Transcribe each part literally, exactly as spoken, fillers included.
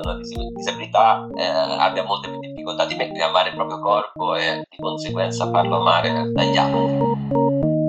ad una dis- disabilità eh, abbia molte più difficoltà di, me- di amare il proprio corpo e di conseguenza farlo amare dagli altri.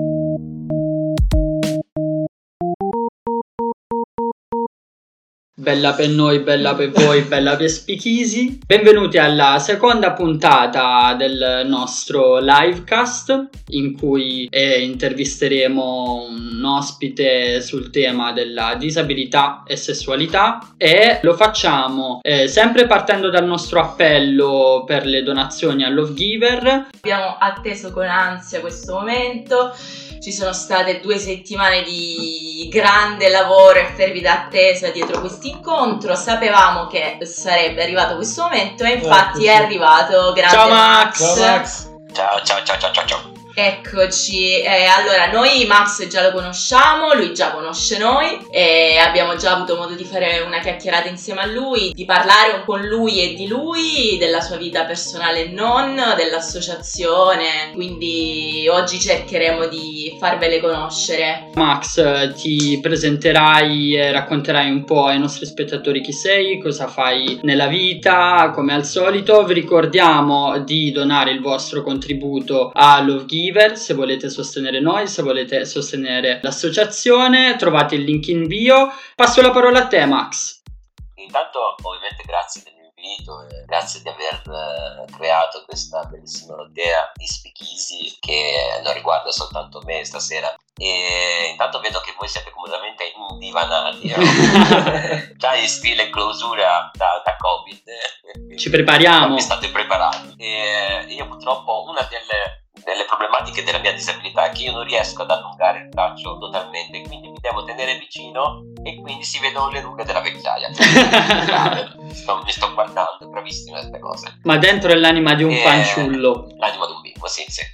Bella per noi, bella per voi, bella per Speakeasy. Benvenuti alla seconda puntata del nostro livecast in cui eh, intervisteremo un ospite sul tema della disabilità e sessualità e lo facciamo eh, sempre partendo dal nostro appello per le donazioni a Love Giver. Abbiamo atteso con ansia questo momento. Ci sono state due settimane di grande lavoro e fervida attesa dietro questo incontro. Sapevamo che sarebbe arrivato questo momento e infatti è arrivato. Grande Ciao Max! Max. Ciao Max! Ciao ciao ciao ciao ciao ciao. Eccoci, eh, allora noi Max già lo conosciamo, lui già conosce noi e abbiamo già avuto modo di fare una chiacchierata insieme a lui, di parlare con lui e di lui, della sua vita personale e non, dell'associazione, quindi oggi cercheremo di farvele conoscere. Max, ti presenterai e racconterai un po' ai nostri spettatori chi sei, cosa fai nella vita, come al solito. Vi ricordiamo di donare il vostro contributo a Love Giver. Se volete sostenere noi, se volete sostenere l'associazione, trovate il link in bio. Passo la parola a te, Max. Intanto ovviamente grazie dell'invito e grazie di aver eh, creato questa bellissima idea di Speakeasy che non riguarda soltanto me stasera. E intanto vedo che voi siete completamente indivanati, no? Già in stile clausura da, da Covid. Ci prepariamo. Vi state preparati. E io purtroppo una delle delle problematiche della mia disabilità è che io non riesco ad allungare il braccio totalmente, quindi mi devo tenere vicino e quindi si vedono le rughe della vecchiaia. sto, mi sto guardando, bravissime queste cose. Ma dentro è l'anima di un e... fanciullo. L'anima di un bimbo, sì, sì.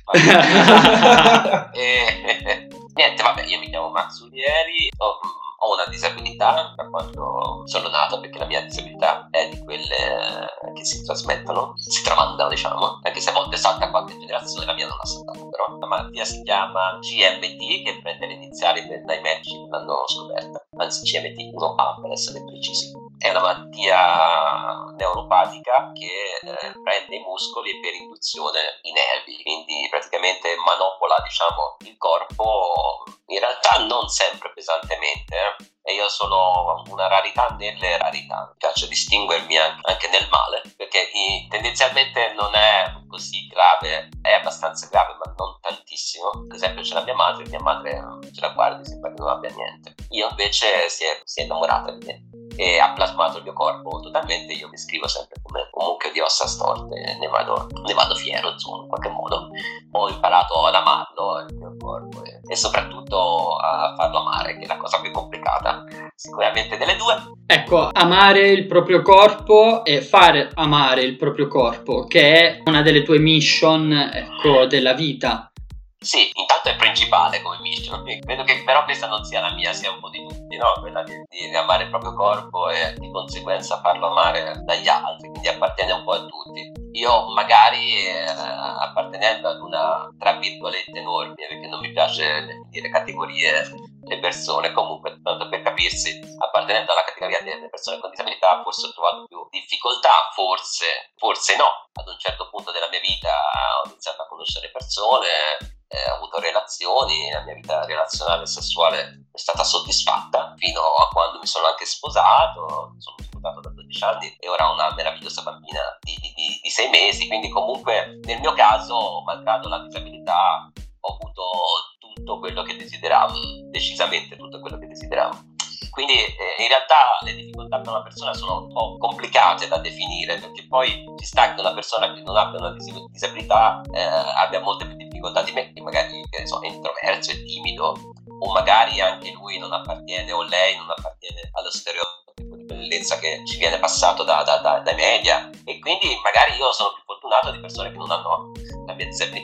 e... Niente, vabbè, io mi chiamo Max Ulieri, ho, ho una disabilità da quando sono nato, perché la mia disabilità è di quelle che si trasmettono, si tramandano, diciamo, anche se a volte salta qualche generazione, la mia non l'ha saltata però. La malattia si chiama G M T, che prende le iniziali dai medici che l'hanno scoperta, anzi G M T uno A per essere precisi. È una malattia neuropatica che eh, prende i muscoli per induzione i nervi, quindi praticamente manopola, diciamo, il corpo, in realtà non sempre pesantemente, eh? E io sono una rarità nelle rarità, mi piace distinguermi anche, anche nel male, perché i, tendenzialmente non è così grave, è abbastanza grave ma non tantissimo. Per esempio c'è la mia madre, mia madre ce la guardi, sembra che non abbia niente, io invece si è, si è innamorata di me e ha plasmato il mio corpo totalmente. Io mi scrivo sempre come un mucchio di ossa storte, ne vado, ne vado fiero, insomma, in qualche modo ho imparato ad amarlo il mio corpo e, e soprattutto a farlo amare, che è la cosa più complicata sicuramente delle due. Ecco, amare il proprio corpo e fare amare il proprio corpo, che è una delle tue mission, ecco, della vita. Sì, intanto è principale come mission. Credo che però questa non sia la mia, sia un po' di tutti, no? Quella di, di amare il proprio corpo e di conseguenza farlo amare dagli altri, quindi appartiene un po' a tutti. Io magari eh, appartenendo ad una, tra virgolette, normie, perché non mi piace definire categorie le persone, comunque tanto per capirsi, appartenendo alla categoria delle persone con disabilità forse ho trovato più difficoltà, forse, forse no. Ad un certo punto della mia vita ho iniziato a conoscere persone, Eh, ho avuto relazioni, la mia vita relazionale e sessuale è stata soddisfatta fino a quando mi sono anche sposato. Sono sposato da dodici anni e ora ho una meravigliosa bambina di, di, di, di sei mesi, quindi comunque nel mio caso, malgrado la disabilità, ho avuto tutto quello che desideravo, decisamente tutto quello che desideravo. Quindi eh, in realtà le difficoltà per una persona sono un po' complicate da definire, perché poi ci sta che una persona che non abbia una dis- disabilità eh, abbia molte più difficoltà di me, che magari che ne so, è introverso, è timido, o magari anche lui non appartiene o lei non appartiene allo stereotipo di bellezza che ci viene passato da, da, da, dai media, e quindi magari io sono più fortunato di persone che non hanno la mia disabilità.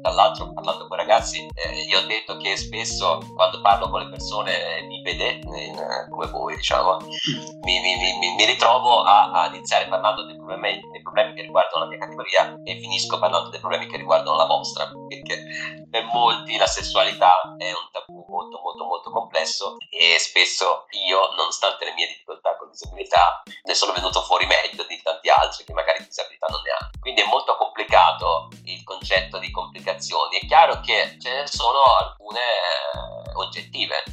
Tra l'altro, parlando con i ragazzi, eh, io ho detto che spesso quando parlo con le persone mi vede eh, come voi, diciamo, mi, mi, mi, mi ritrovo a, a iniziare parlando dei problemi, dei problemi che riguardano la mia categoria e finisco parlando dei problemi che riguardano la vostra, perché per molti la sessualità è un tabù molto molto molto complesso e spesso io, nonostante le mie difficoltà con disabilità, ne sono venuto fuori meglio di tanti altri che magari disabilità non ne hanno. Quindi è molto complicato il concetto di complicazioni. È chiaro che ce ne sono alcune eh, oggettive.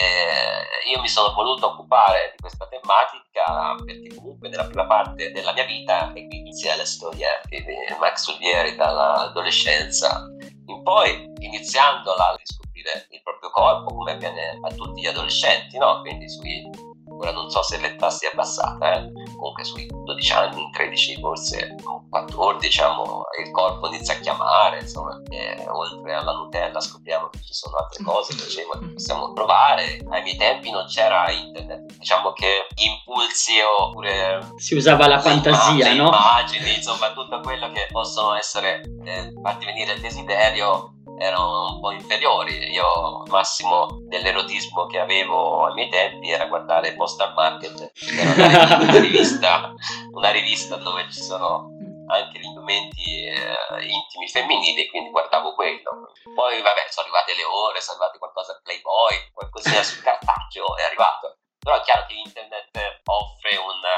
E io mi sono voluto occupare di questa tematica perché comunque nella prima parte della mia vita, e qui inizia la storia di Max Ulvieri dall'adolescenza in poi, iniziandola a riscoprire il proprio corpo come avviene a tutti gli adolescenti, no? Quindi sui, ora non so se l'età sia abbassata, eh? comunque sui dodici anni, tredici, forse quattordici, diciamo, il corpo inizia a chiamare, insomma, e oltre alla Nutella scopriamo che ci sono altre cose che possiamo provare. Ai miei tempi non c'era internet, diciamo che gli impulsi oppure si usava la fantasia, immagini, no? immagini, insomma, tutto quello che possono essere eh, farti venire il desiderio erano un po' inferiori. Io il massimo dell'erotismo che avevo ai miei tempi era guardare Postal Market, che era una rivista, una rivista dove ci sono anche gli indumenti eh, intimi femminili, quindi guardavo quello. Poi vabbè, sono arrivate le ore, sono arrivate qualcosa al Playboy, qualcosina sul cartaceo è arrivato. Però è chiaro che internet offre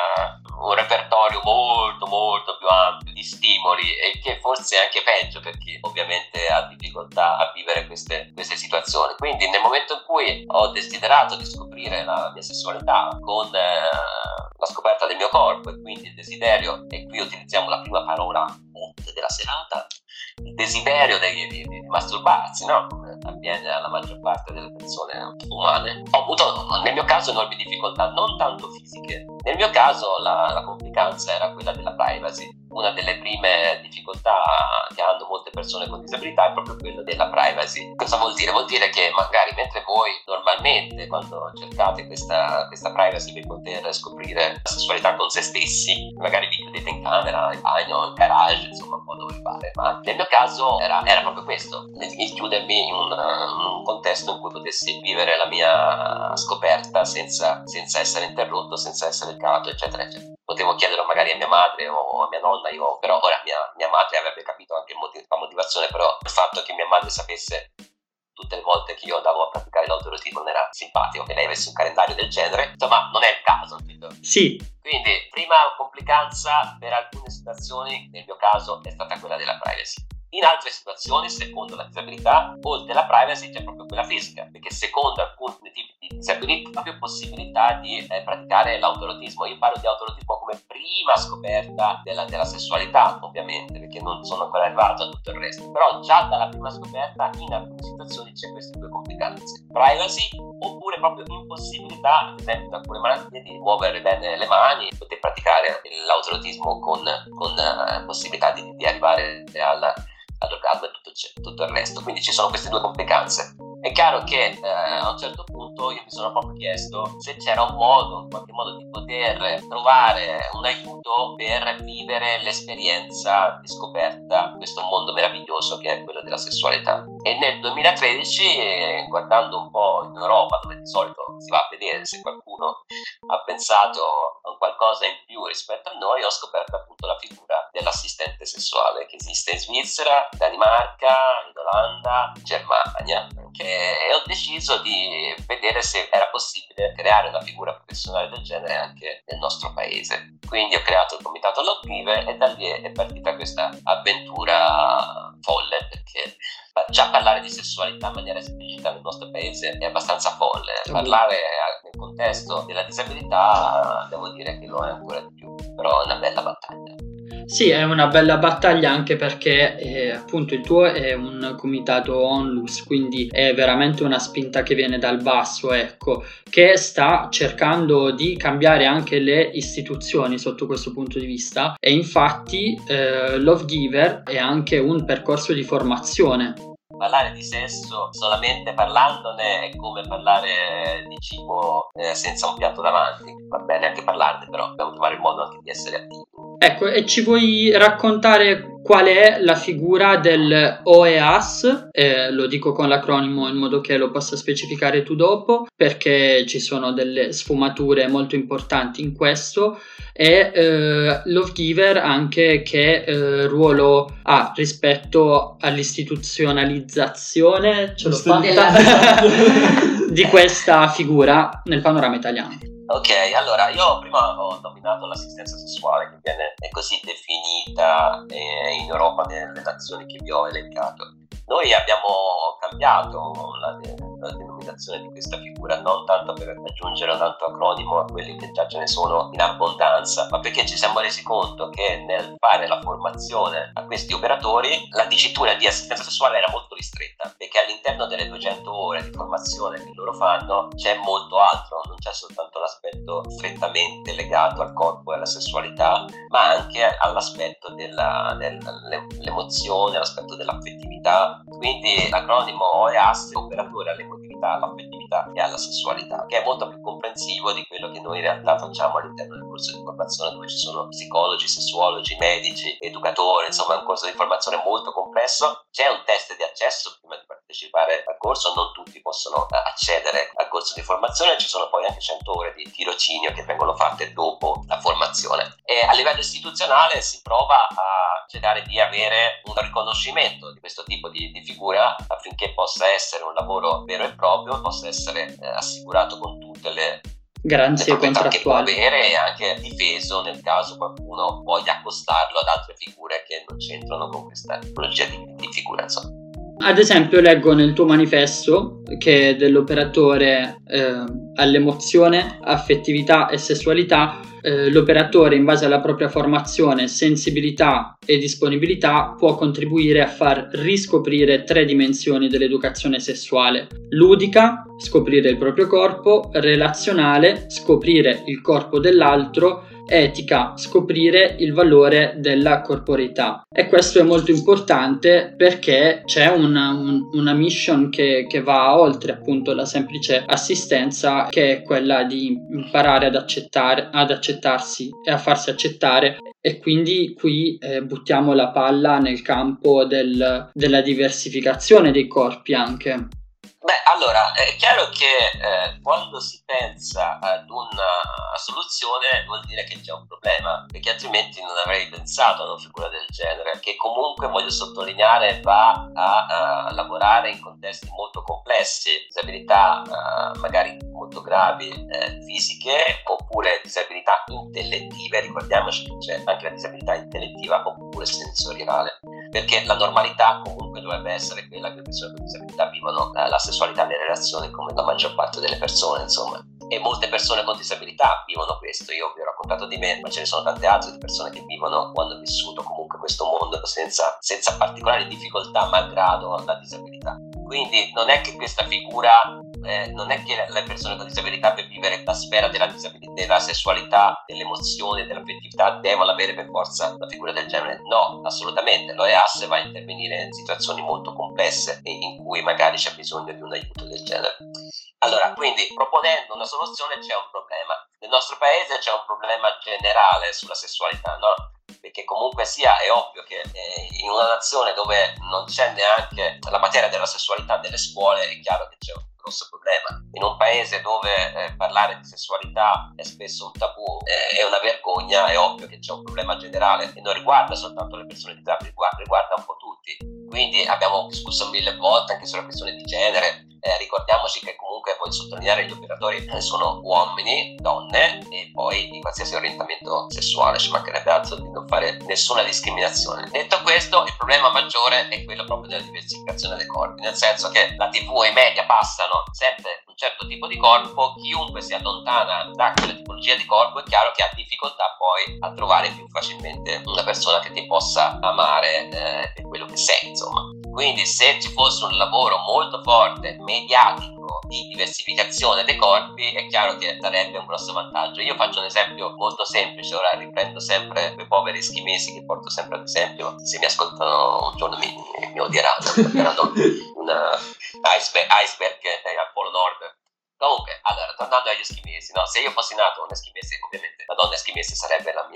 un, un repertorio molto molto più ampio di stimoli, e che forse è anche peggio per chi ovviamente ha difficoltà a vivere queste, queste situazioni. Quindi nel momento in cui ho desiderato di scoprire la mia sessualità con eh, la scoperta del mio corpo, e quindi il desiderio, e qui utilizziamo la prima parola della serata, il desiderio di, di, di masturbarsi, no? Come avviene alla maggior parte delle persone umane, ho avuto nel mio caso enormi difficoltà, non tanto fisiche. Nel mio caso la, la complicanza era quella della privacy. Una delle prime difficoltà che hanno molte persone con disabilità è proprio quella della privacy. Cosa vuol dire? Vuol dire che magari mentre voi normalmente, quando cercate questa, questa privacy per poter scoprire la sessualità con se stessi, magari vi chiudete in camera, in bagno, in garage, insomma un po' dove fare, ma nel mio caso era, era proprio questo, il chiudermi in un, in un contesto in cui potessi vivere la mia scoperta senza, senza essere interrotto, senza essere calato, eccetera eccetera. Potevo chiederlo magari a mia madre o a mia nonna, io, però ora mia, mia madre avrebbe capito anche motiv- la motivazione, però il fatto che mia madre sapesse tutte le volte che io andavo a praticare l'autoerotismo non era simpatico, che lei avesse un calendario del genere, insomma non è il caso, capito? Sì. Quindi prima complicanza per alcune situazioni, nel mio caso è stata quella della privacy. In altre situazioni, secondo la disabilità, oltre alla privacy c'è proprio quella fisica, perché secondo alcuni tipi di disabilità ha più possibilità di eh, praticare l'autoerotismo. Io parlo di autoerotismo come prima scoperta della, della sessualità, ovviamente, perché non sono ancora arrivato a tutto il resto. Però già dalla prima scoperta in alcune situazioni c'è queste due complicanze. Privacy oppure proprio impossibilità, ad esempio da alcune malattie, di muovere bene le mani, poter praticare l'autoerotismo con, con uh, possibilità di, di arrivare al all'orgasmo e tutto, tutto il resto. Quindi ci sono queste due complicanze. È chiaro che eh, a un certo punto io mi sono proprio chiesto se c'era un modo, in qualche modo, di poter trovare un aiuto per vivere l'esperienza di scoperta di questo mondo meraviglioso che è quello della sessualità. E nel duemilatredici, eh, guardando un po' in Europa, dove di solito si va a vedere se qualcuno ha pensato a qualcosa in più rispetto a noi, ho scoperto appunto la figura dell'assistente sessuale che esiste in Svizzera, in Danimarca, in Olanda, in Germania, che e ho deciso di vedere se era possibile creare una figura professionale del genere anche nel nostro paese. Quindi ho creato il comitato Lobvive e da lì è partita questa avventura folle, perché già parlare di sessualità in maniera esplicita nel nostro paese è abbastanza folle. Parlare nel contesto della disabilità devo dire che lo è ancora di più, però è una bella battaglia. Sì, è una bella battaglia anche perché eh, appunto il tuo è un comitato onlus, quindi è veramente una spinta che viene dal basso, ecco, che sta cercando di cambiare anche le istituzioni sotto questo punto di vista, e infatti eh, Love Giver è anche un percorso di formazione. Parlare di sesso solamente parlandone è come parlare di cibo eh, senza un piatto davanti. Va bene anche parlarne, però dobbiamo trovare il modo anche di essere attivi. Ecco, e ci vuoi raccontare qual è la figura del O E A S? Eh, lo dico con l'acronimo in modo che lo possa specificare tu dopo, perché ci sono delle sfumature molto importanti in questo, e eh, Lovegiver anche che eh, ruolo ha rispetto all'istituzionalizzazione, ce l'ho fatta, di questa figura nel panorama italiano. Ok, allora io prima ho nominato l'assistenza sessuale, che viene è così definita eh, in Europa nelle nazioni che vi ho elencato. Noi abbiamo cambiato la, de- la denominazione di questa figura non tanto per aggiungere un altro acronimo a quelli che già ce ne sono in abbondanza, ma perché ci siamo resi conto che nel fare la formazione a questi operatori la dicitura di assistenza sessuale era molto ristretta, perché all'interno delle duecento ore di formazione che loro fanno c'è molto altro, non c'è soltanto l'aspetto strettamente legato al corpo e alla sessualità, ma anche all'aspetto della, dell'emozione, all'aspetto dell'affettività. Quindi l'acronimo O E A S è operatore all'emotività, all'affettività e alla sessualità, che è molto più comprensivo di quello che noi in realtà facciamo all'interno del corso di formazione, dove ci sono psicologi, sessuologi, medici, educatori, insomma è un corso di formazione molto complesso. C'è un test di accesso prima di partecipare al corso, non tutti possono accedere al corso di formazione, ci sono poi anche cento ore di tirocinio che vengono fatte dopo la formazione. E a livello istituzionale si prova a cercare di avere un riconoscimento di questo tipo di, di figura affinché possa essere un lavoro vero e proprio, possa essere eh, assicurato con tutte le garanzie contrattuali che può contrattuali avere e anche difeso nel caso qualcuno voglia accostarlo ad altre figure che non c'entrano con questa tipologia di, di figura, insomma. Ad esempio leggo nel tuo manifesto che dell'operatore eh, all'emozione, affettività e sessualità eh, l'operatore in base alla propria formazione, sensibilità e disponibilità può contribuire a far riscoprire tre dimensioni dell'educazione sessuale: ludica, scoprire il proprio corpo; relazionale, scoprire il corpo dell'altro; etica, scoprire il valore della corporeità. E questo è molto importante perché c'è una, un, una mission che, che va oltre appunto la semplice assistenza, che è quella di imparare ad accettare, ad accettarsi e a farsi accettare. E quindi qui eh, buttiamo la palla nel campo del, della diversificazione dei corpi anche. Beh, allora, è chiaro che eh, quando si pensa ad una soluzione vuol dire che c'è un problema, perché altrimenti non avrei pensato a una figura del genere, che comunque, voglio sottolineare, va a, a lavorare in contesti molto complessi, disabilità eh, magari molto gravi, eh, fisiche, oppure disabilità intellettive. Ricordiamoci che c'è anche la disabilità intellettiva oppure sensoriale, perché la normalità comunque dovrebbe essere quella che le persone con disabilità vivono eh, la sessualità nelle relazioni come la maggior parte delle persone, insomma. E molte persone con disabilità vivono questo. Io vi ho raccontato di me, ma ce ne sono tante altre di persone che vivono o hanno vissuto comunque questo mondo senza, senza particolari difficoltà malgrado la disabilità. Quindi non è che questa figura, eh, non è che le persone con disabilità, per vivere la sfera della disabilità, della sessualità, dell'emozione, dell'affettività, devono avere per forza una figura del genere. No, assolutamente. L'O E A S va a intervenire in situazioni molto complesse in cui magari c'è bisogno di un aiuto del genere. Allora, quindi proponendo una soluzione c'è un problema. Nel nostro paese c'è un problema generale sulla sessualità, no? Perché comunque sia è ovvio che eh, in una nazione dove non c'è neanche la materia della sessualità nelle scuole è chiaro che c'è un grosso problema. In un paese dove eh, parlare di sessualità è spesso un tabù, eh, è una vergogna, è ovvio che c'è un problema generale e non riguarda soltanto le persone disabili, riguarda, riguarda un po' tutti. Quindi abbiamo discusso mille volte anche sulla questione di genere. Eh, ricordiamoci che comunque, voglio sottolineare, gli operatori sono uomini, donne e poi di qualsiasi orientamento sessuale, ci mancherebbe altro di non fare nessuna discriminazione. Detto questo, il problema maggiore è quello proprio della diversificazione dei corpi, nel senso che la tivù e i media passano sempre un certo tipo di corpo, chiunque si allontana da quella tipologia di corpo è chiaro che ha difficoltà poi a trovare più facilmente una persona che ti possa amare eh, per quello che sei, insomma. Quindi se ci fosse un lavoro molto forte, mediatico, di diversificazione dei corpi, è chiaro che darebbe un grosso vantaggio. Io faccio un esempio molto semplice, ora riprendo sempre quei poveri eschimesi che porto sempre ad esempio, se mi ascoltano un giorno mi, mi odieranno, erano un iceberg, iceberg al Polo Nord. Comunque, allora, tornando agli eschimesi, no? Se io fossi nato un eschimese, ovviamente la donna eschimese sarebbe la mia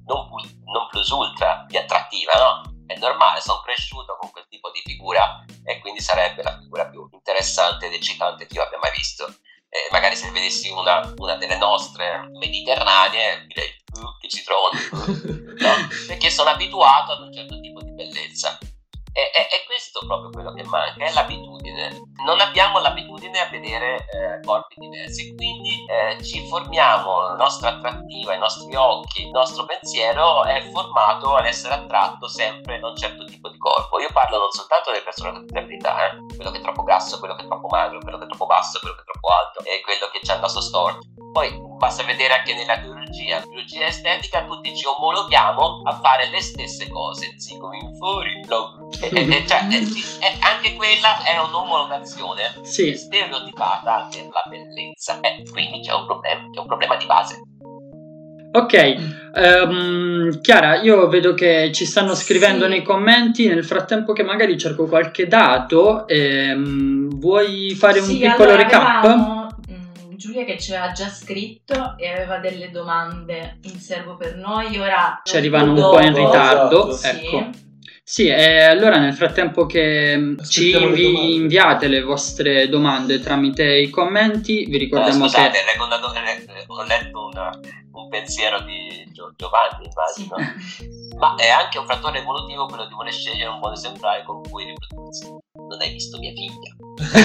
non, non plus ultra di attrattiva, no? È normale, sono cresciuto con quel tipo di figura e quindi sarebbe la figura più interessante ed eccitante che io abbia mai visto. Eh, magari se vedessi una, una delle nostre mediterranee direi uh, che ci trovo, no? Perché sono abituato ad un certo tipo di bellezza. E, e, e questo è proprio quello che manca, è l'abitudine. Non abbiamo l'abitudine a vedere eh, corpi diversi, quindi eh, ci formiamo, la nostra attrattiva, i nostri occhi, il nostro pensiero è formato ad essere attratto sempre da un certo tipo di corpo. Io parlo non soltanto delle persone con disabilità, eh? quello che è troppo grasso, quello che è troppo magro, quello che è troppo basso, quello che è troppo alto e quello che c'ha il naso storto. Poi basta vedere anche nella chirurgia, chirurgia estetica, tutti ci omologhiamo a fare le stesse cose, zigomi in fuori, no. e, e, cioè, e, e, anche quella è un'omologazione sì. stereotipata della bellezza, e quindi c'è un problema, c'è un problema di base. Ok, um, Chiara, io vedo che ci stanno scrivendo sì. nei commenti, nel frattempo che magari cerco qualche dato, ehm, vuoi fare sì, un piccolo allora, recap? Avevamo, mh, Giulia che ci aveva già scritto e aveva delle domande in serbo per noi, ora ci arrivano un dopo, po' in ritardo, esatto. ecco. Sì. Sì, e allora nel frattempo che ci Aspettiamo le invi- domande. inviate le vostre domande tramite i commenti, vi Eh, ricordiamo scusate, che... leggo una do- eh, ho letto una, un pensiero di Gio- Giovanni, immagino. Sì. Ma è anche un fattore evolutivo quello di voler scegliere un buon esemplare con cui riprodursi. Non hai visto mia figlia?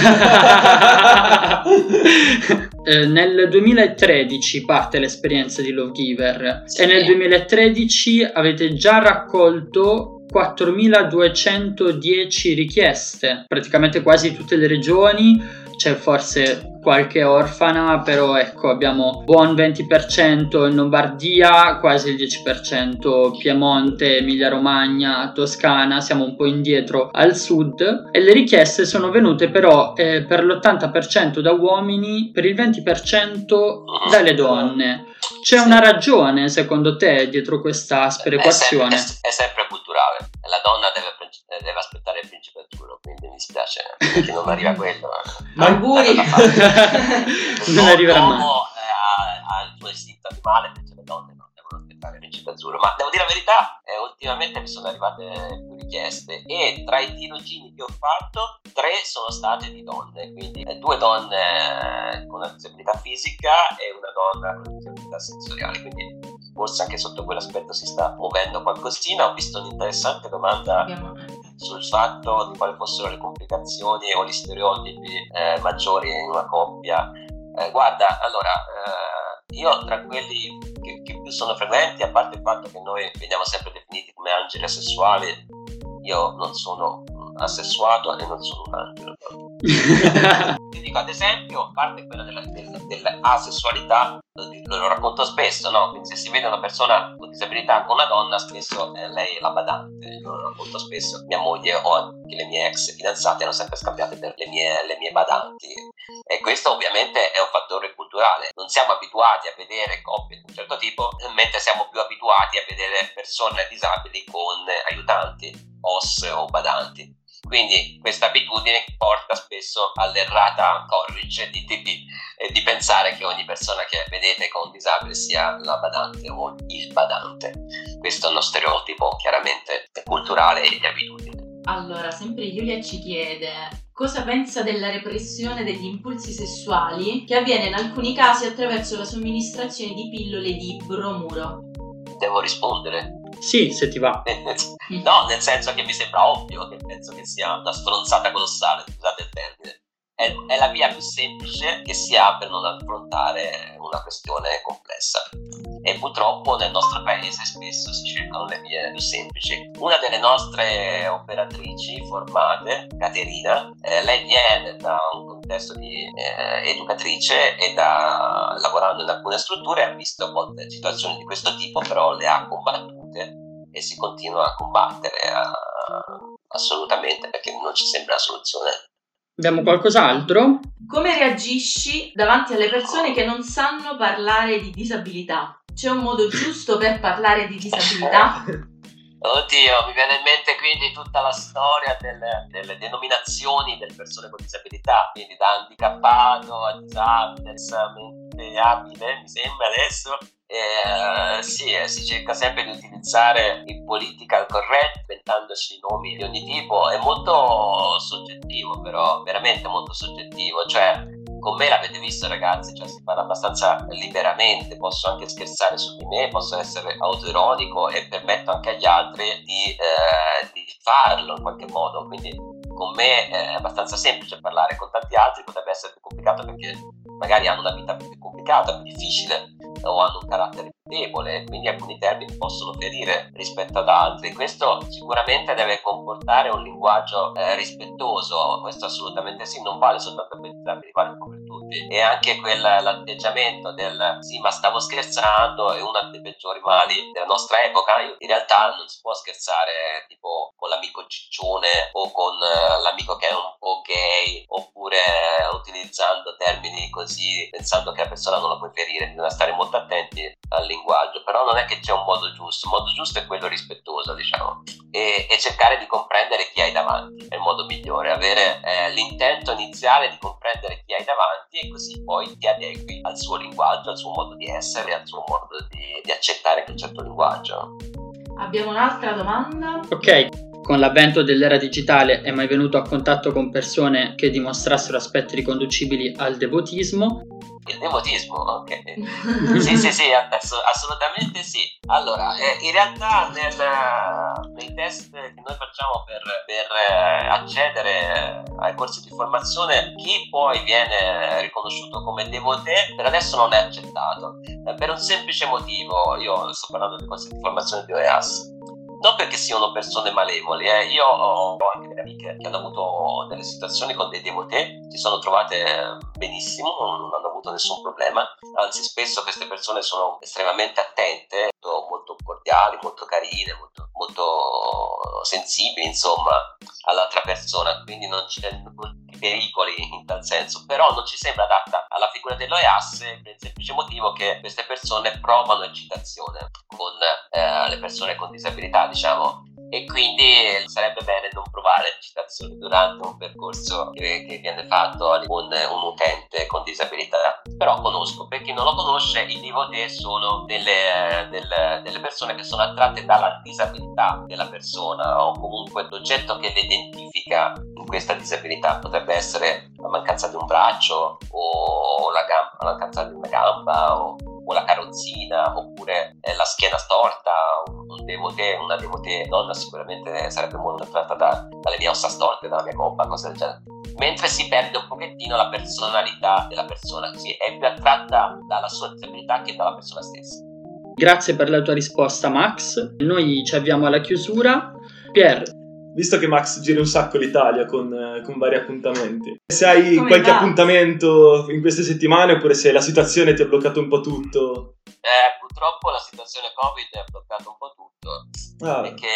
Eh, nel duemilatredici parte l'esperienza di Love Giver Sì. e nel duemilatredici avete già raccolto quattromiladuecentodieci richieste, praticamente quasi tutte le regioni. C'è forse qualche orfana, però ecco, abbiamo buon venti per cento in Lombardia, quasi il dieci per cento Piemonte, Emilia Romagna, Toscana, siamo un po' indietro al sud, e le richieste sono venute però eh, per l'ottanta per cento da uomini, per il venti per cento dalle donne. C'è una ragione secondo te dietro questa sperequazione? È sempre, è, è sempre culturale. La donna deve, deve aspettare il principe azzurro, quindi mi dispiace che non arriva quello. Ma auguri! Non arriverà mai. L'uomo ha, ha il suo istinto animale, invece le donne non devono aspettare il principe azzurro. Ma devo dire la verità, eh, ultimamente mi sono arrivate più richieste e tra i tirocini che ho fatto tre sono state di donne, quindi eh, due donne con una disabilità fisica e una donna con una disabilità sensoriale, quindi forse anche sotto quell'aspetto si sta muovendo qualcosina. Ho visto un'interessante domanda Abbiamo... sul fatto di quali fossero le complicazioni o gli stereotipi eh, maggiori in una coppia. Eh, guarda, allora, eh, io tra quelli che, che più sono frequenti, a parte il fatto che noi veniamo sempre definiti come angeli asessuali, io non sono assessuato e non sono un angelo. Ti dico, ad esempio, a parte quella della, della, dell'asessualità, lo, lo racconto spesso, no? Quindi se si vede una persona con disabilità con una donna, spesso eh, lei è la badante. Lo racconto spesso. Mia moglie o anche le mie ex fidanzate hanno sempre scambiate per le mie, le mie badanti. E questo ovviamente è un fattore culturale. Non siamo abituati a vedere coppie di un certo tipo, mentre siamo più abituati a vedere persone disabili con aiutanti, O S o badanti. Quindi questa abitudine porta spesso all'errata corrige di, di, di pensare che ogni persona che vedete con disabile sia la badante o il badante. Questo è uno stereotipo chiaramente culturale e di abitudine. Allora, sempre Giulia ci chiede cosa pensa della repressione degli impulsi sessuali che avviene in alcuni casi attraverso la somministrazione di pillole di bromuro. Devo rispondere? Sì, se ti va. No, nel senso che mi sembra ovvio, che penso che sia una stronzata colossale, scusate il termine. È, è la via più semplice che si ha per non affrontare una questione complessa. E purtroppo nel nostro paese spesso si cercano le vie più semplici. Una delle nostre operatrici formate, Caterina, eh, lei viene da un contesto di eh, educatrice e da, lavorando in alcune strutture ha visto a volte situazioni di questo tipo, però le ha combattute e si continua a combattere a, assolutamente, perché non ci sembra una soluzione. Abbiamo qualcos'altro? Come reagisci davanti alle persone che non sanno parlare di disabilità? C'è un modo giusto per parlare di disabilità? Oddio, mi viene in mente quindi tutta la storia delle, delle denominazioni delle persone con disabilità, quindi da handicappato a disabile, abbastanza abile, mi sembra adesso. Eh, sì, eh, si cerca sempre di utilizzare il political correct, inventandoci nomi di ogni tipo. È molto soggettivo, però veramente molto soggettivo. Cioè, con me l'avete visto, ragazzi, cioè si parla abbastanza liberamente, posso anche scherzare su di me, posso essere autoironico e permetto anche agli altri di, eh, di farlo in qualche modo. Quindi con me è abbastanza semplice parlare, con tanti altri potrebbe essere più complicato perché magari hanno una vita più complicata, più difficile o hanno un carattere più debole, quindi alcuni termini possono ferire rispetto ad altri. Questo sicuramente deve comportare un linguaggio eh, rispettoso, questo assolutamente sì, non vale soltanto per disabili, vale un po' per tutti. E anche quel, l'atteggiamento del sì ma stavo scherzando è uno dei peggiori mali della nostra epoca. In realtà non si può scherzare tipo con l'amico ciccione o con eh, l'amico che è un po' gay, oppure eh, utilizzando termini così pensando che la persona non la puoi ferire. Bisogna stare molto attenti al linguaggio, però non è che c'è un modo giusto. Il modo giusto è quello rispettoso, diciamo, e, e cercare di comprendere chi hai davanti è il modo migliore, avere eh, l'intento iniziale di comprendere chi hai davanti e così poi ti adegui al suo linguaggio, al suo modo di essere, al suo modo di, di accettare quel certo linguaggio. Abbiamo un'altra domanda. Ok, con l'avvento dell'era digitale è mai venuto a contatto con persone che dimostrassero aspetti riconducibili al devotismo? Il devotismo, ok. Sì, sì, sì, ass- assolutamente sì. Allora, eh, in realtà nel, nei test che noi facciamo per, per eh, accedere ai corsi di formazione, chi poi viene riconosciuto come devoté per adesso non è accettato, eh, per un semplice motivo. Io sto parlando dei corsi di formazione di O E A S. Non perché siano persone malevoli, eh. Io ho anche delle amiche che hanno avuto delle situazioni con dei devoté, si sono trovate benissimo, non hanno avuto nessun problema, anzi spesso queste persone sono estremamente attente, molto cordiali, molto carine, molto, molto sensibili insomma all'altra persona, quindi non c'è pericoli in tal senso, però non ci sembra adatta alla figura dell'O E A S per il semplice motivo che queste persone provano eccitazione con eh, le persone con disabilità, diciamo, e quindi sarebbe bene non provare eccitazione durante un percorso che, che viene fatto a un, un utente con disabilità. Però conosco, per chi non lo conosce, i devoté sono delle, delle, delle persone che sono attratte dalla disabilità della persona o comunque l'oggetto che le identifica in questa disabilità. Potrebbe essere la mancanza di un braccio o la, gamba, la mancanza di una gamba o, o la carrozzina oppure eh, la schiena storta. Un devoté, una devoté donna sicuramente sarebbe molto attratta da, dalle mie ossa storte, dalla mia gobba, cose del genere. Mentre si perde un pochettino la personalità della persona, si è più attratta dalla sua disabilità che dalla persona stessa. Grazie per la tua risposta, Max. Noi ci avviamo alla chiusura. Pier, visto che Max gira un sacco l'Italia con, eh, con vari appuntamenti, se hai Come qualche va? appuntamento in queste settimane oppure se la situazione ti ha bloccato un po' tutto? Eh, purtroppo la situazione Covid ha bloccato un po' tutto. Ah. Perché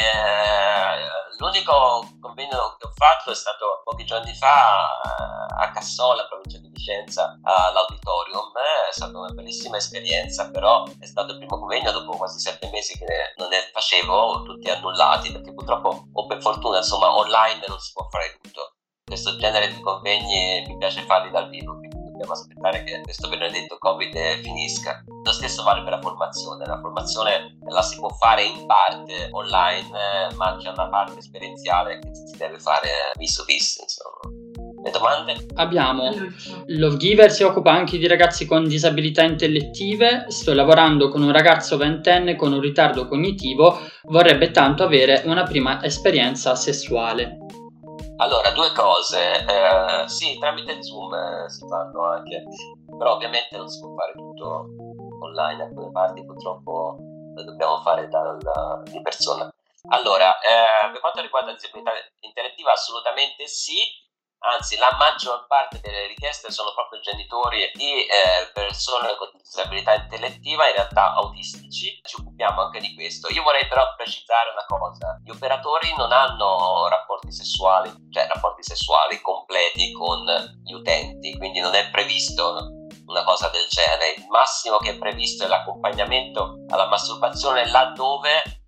eh, l'unico convegno che ho fatto è stato pochi giorni fa eh, a Cassola, provincia di Vicenza, all'Auditorium. Eh, è stata una bellissima esperienza, però è stato il primo convegno dopo quasi sette mesi che non ne facevo, tutti annullati, perché purtroppo o per fortuna insomma online non si può fare tutto. Questo genere di convegni mi piace farli dal vivo, quindi dobbiamo aspettare che questo benedetto Covid finisca. Lo stesso vale per la formazione. La formazione la si può fare in parte online, eh, ma c'è una parte esperienziale che si deve fare visto visto, insomma. Le domande? abbiamo Lovegiver si occupa anche di ragazzi con disabilità intellettive. Sto lavorando con un ragazzo ventenne con un ritardo cognitivo, vorrebbe tanto avere una prima esperienza sessuale. Allora, due cose. Eh, sì, tramite Zoom eh, si fanno anche, però ovviamente non si può fare tutto online, alcune parti purtroppo lo dobbiamo fare dal, di persona. Allora, eh, per quanto riguarda la disabilità intellettiva, assolutamente sì. Anzi, la maggior parte delle richieste sono proprio genitori di eh, persone con disabilità intellettiva, in realtà autistici. Ci occupiamo anche di questo. Io vorrei però precisare una cosa: gli operatori non hanno rapporti sessuali, cioè rapporti sessuali completi con gli utenti, quindi non è previsto una cosa del genere. Il massimo che è previsto è l'accompagnamento alla masturbazione laddove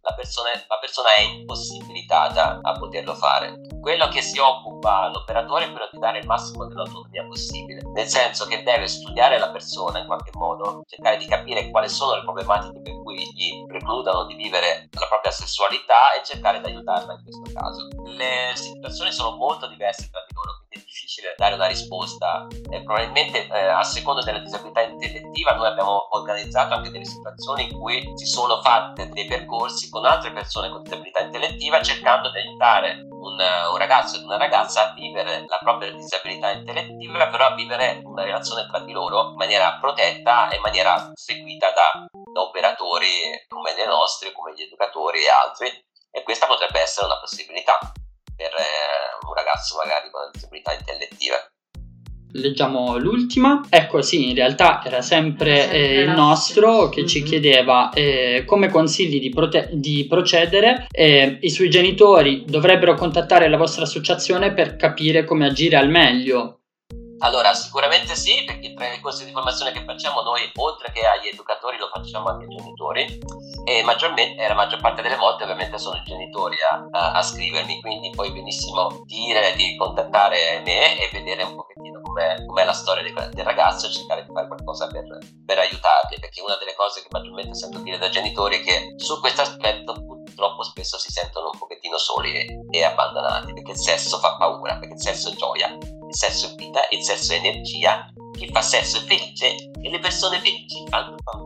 la persona, la persona è impossibilitata a poterlo fare. Quello che si occupa l'operatore è quello di dare il massimo dell'autonomia possibile, nel senso che deve studiare la persona in qualche modo, cercare di capire quali sono le problematiche per cui gli precludono di vivere la propria sessualità e cercare di aiutarla in questo caso. Le situazioni sono molto diverse tra di loro, quindi è difficile dare una risposta. E probabilmente eh, a seconda della disabilità intellettiva noi abbiamo organizzato anche delle situazioni in cui si sono fatte dei percorsi con altre persone con disabilità intellettiva, cercando di aiutare un, un ragazzo ed una ragazza a vivere la propria disabilità intellettiva, però a vivere una relazione tra di loro in maniera protetta e in maniera seguita da, da operatori come dei nostri, come gli educatori e altri, e questa potrebbe essere una possibilità per eh, un ragazzo magari con una disabilità intellettiva. Leggiamo l'ultima. Ecco, sì, in realtà era sempre eh, il nostro che ci chiedeva eh, come consigli di, prote- di procedere. Eh, i suoi genitori dovrebbero contattare la vostra associazione per capire come agire al meglio. Allora, sicuramente sì, perché tra i corsi di formazione che facciamo noi, oltre che agli educatori, lo facciamo anche ai genitori, e maggiormente, la maggior parte delle volte ovviamente sono i genitori a, a, a scrivermi, quindi puoi benissimo dire di contattare me e vedere un pochettino com'è, com'è la storia del, del ragazzo e cercare di fare qualcosa per, per aiutarli, perché una delle cose che maggiormente sento dire da genitori è che su questo aspetto purtroppo spesso si sentono un pochettino soli e, e abbandonati, perché il sesso fa paura, perché il sesso è gioia, il sesso è vita, il sesso è energia, chi fa sesso è felice e le persone felici fanno paura.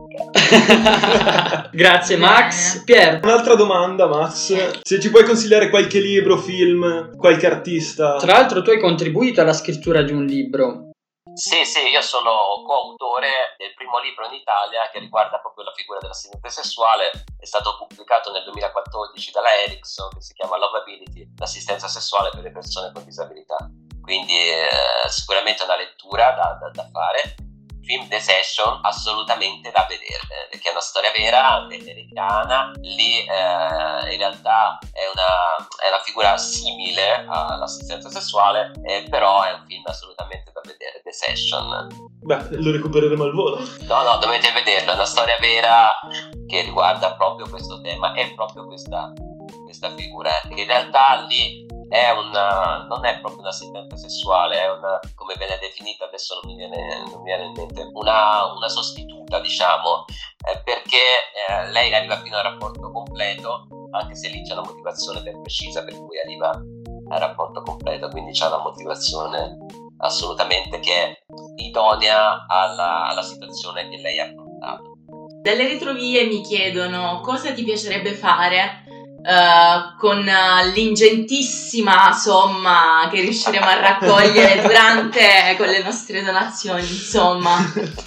Grazie Max. Pier, un'altra domanda, Max, se ci puoi consigliare qualche libro, film, qualche artista. Tra l'altro tu hai contribuito alla scrittura di un libro. Sì, sì, io sono coautore del primo libro in Italia che riguarda proprio la figura dell'assistente sessuale. È stato pubblicato nel duemilaquattordici dalla Ericsson, che si chiama Lovability, l'assistenza sessuale per le persone con disabilità. Quindi eh, sicuramente una lettura da, da, da fare. Film The Session assolutamente da vedere, perché è una storia vera, americana. Lì eh, in realtà è una, è una figura simile all'assistenza sessuale, eh, però è un film assolutamente da vedere, The Session. Beh, lo recupereremo al volo. No, no, dovete vederlo, è una storia vera che riguarda proprio questo tema, è proprio questa, questa figura, che in realtà lì è una, non è proprio un assistente sessuale, è una, come viene definita, adesso non mi viene, non mi viene in mente, una, una sostituta, diciamo, eh, perché eh, lei arriva fino al rapporto completo, anche se lì c'è una motivazione ben precisa per cui arriva al rapporto completo, quindi c'è una motivazione assolutamente che è idonea alla, alla situazione che lei ha affrontato. Dalle retrovie mi chiedono cosa ti piacerebbe fare Uh, con uh, l'ingentissima somma che riusciremo a raccogliere durante con le nostre donazioni, insomma.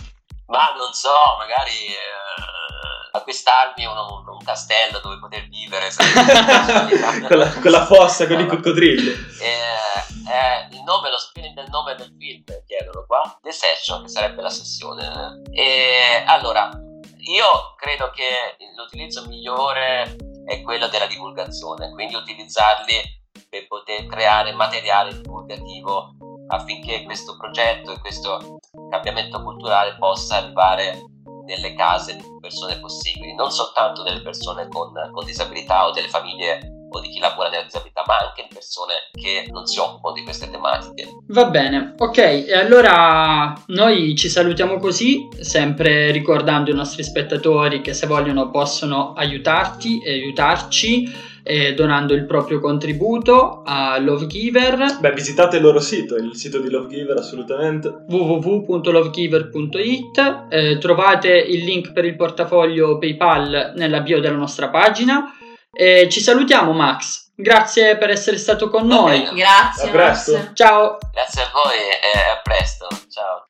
Ma non so, magari uh, acquistarmi un, un, un castello dove poter vivere con, la, con la fossa, con no, i coccodrilli. Eh, eh, il nome, lo spelling del nome del film chiedono qua, The Session, che sarebbe la sessione. E allora, io credo che l'utilizzo migliore è quello della divulgazione, quindi utilizzarli per poter creare materiale divulgativo affinché questo progetto e questo cambiamento culturale possa arrivare nelle case di più persone possibili, non soltanto delle persone con, con disabilità o delle famiglie o di chi lavora nella disabilità, ma anche di persone che non si occupano di queste tematiche. Va bene, ok, e allora noi ci salutiamo così, sempre ricordando i nostri spettatori che se vogliono possono aiutarti e aiutarci eh, donando il proprio contributo a Lovegiver. Beh, visitate il loro sito, il sito di Lovegiver assolutamente, w w w punto lovegiver punto i t. Eh, trovate il link per il portafoglio PayPal nella bio della nostra pagina. E ci salutiamo Max, grazie per essere stato con noi. Grazie, a presto. Max. Ciao. Grazie a voi e a presto, ciao.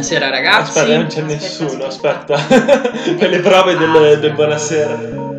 Buonasera ragazzi. Aspetta, non c'è Aspetta, nessuno, aspetta. aspetta. Per le prove del, del buonasera.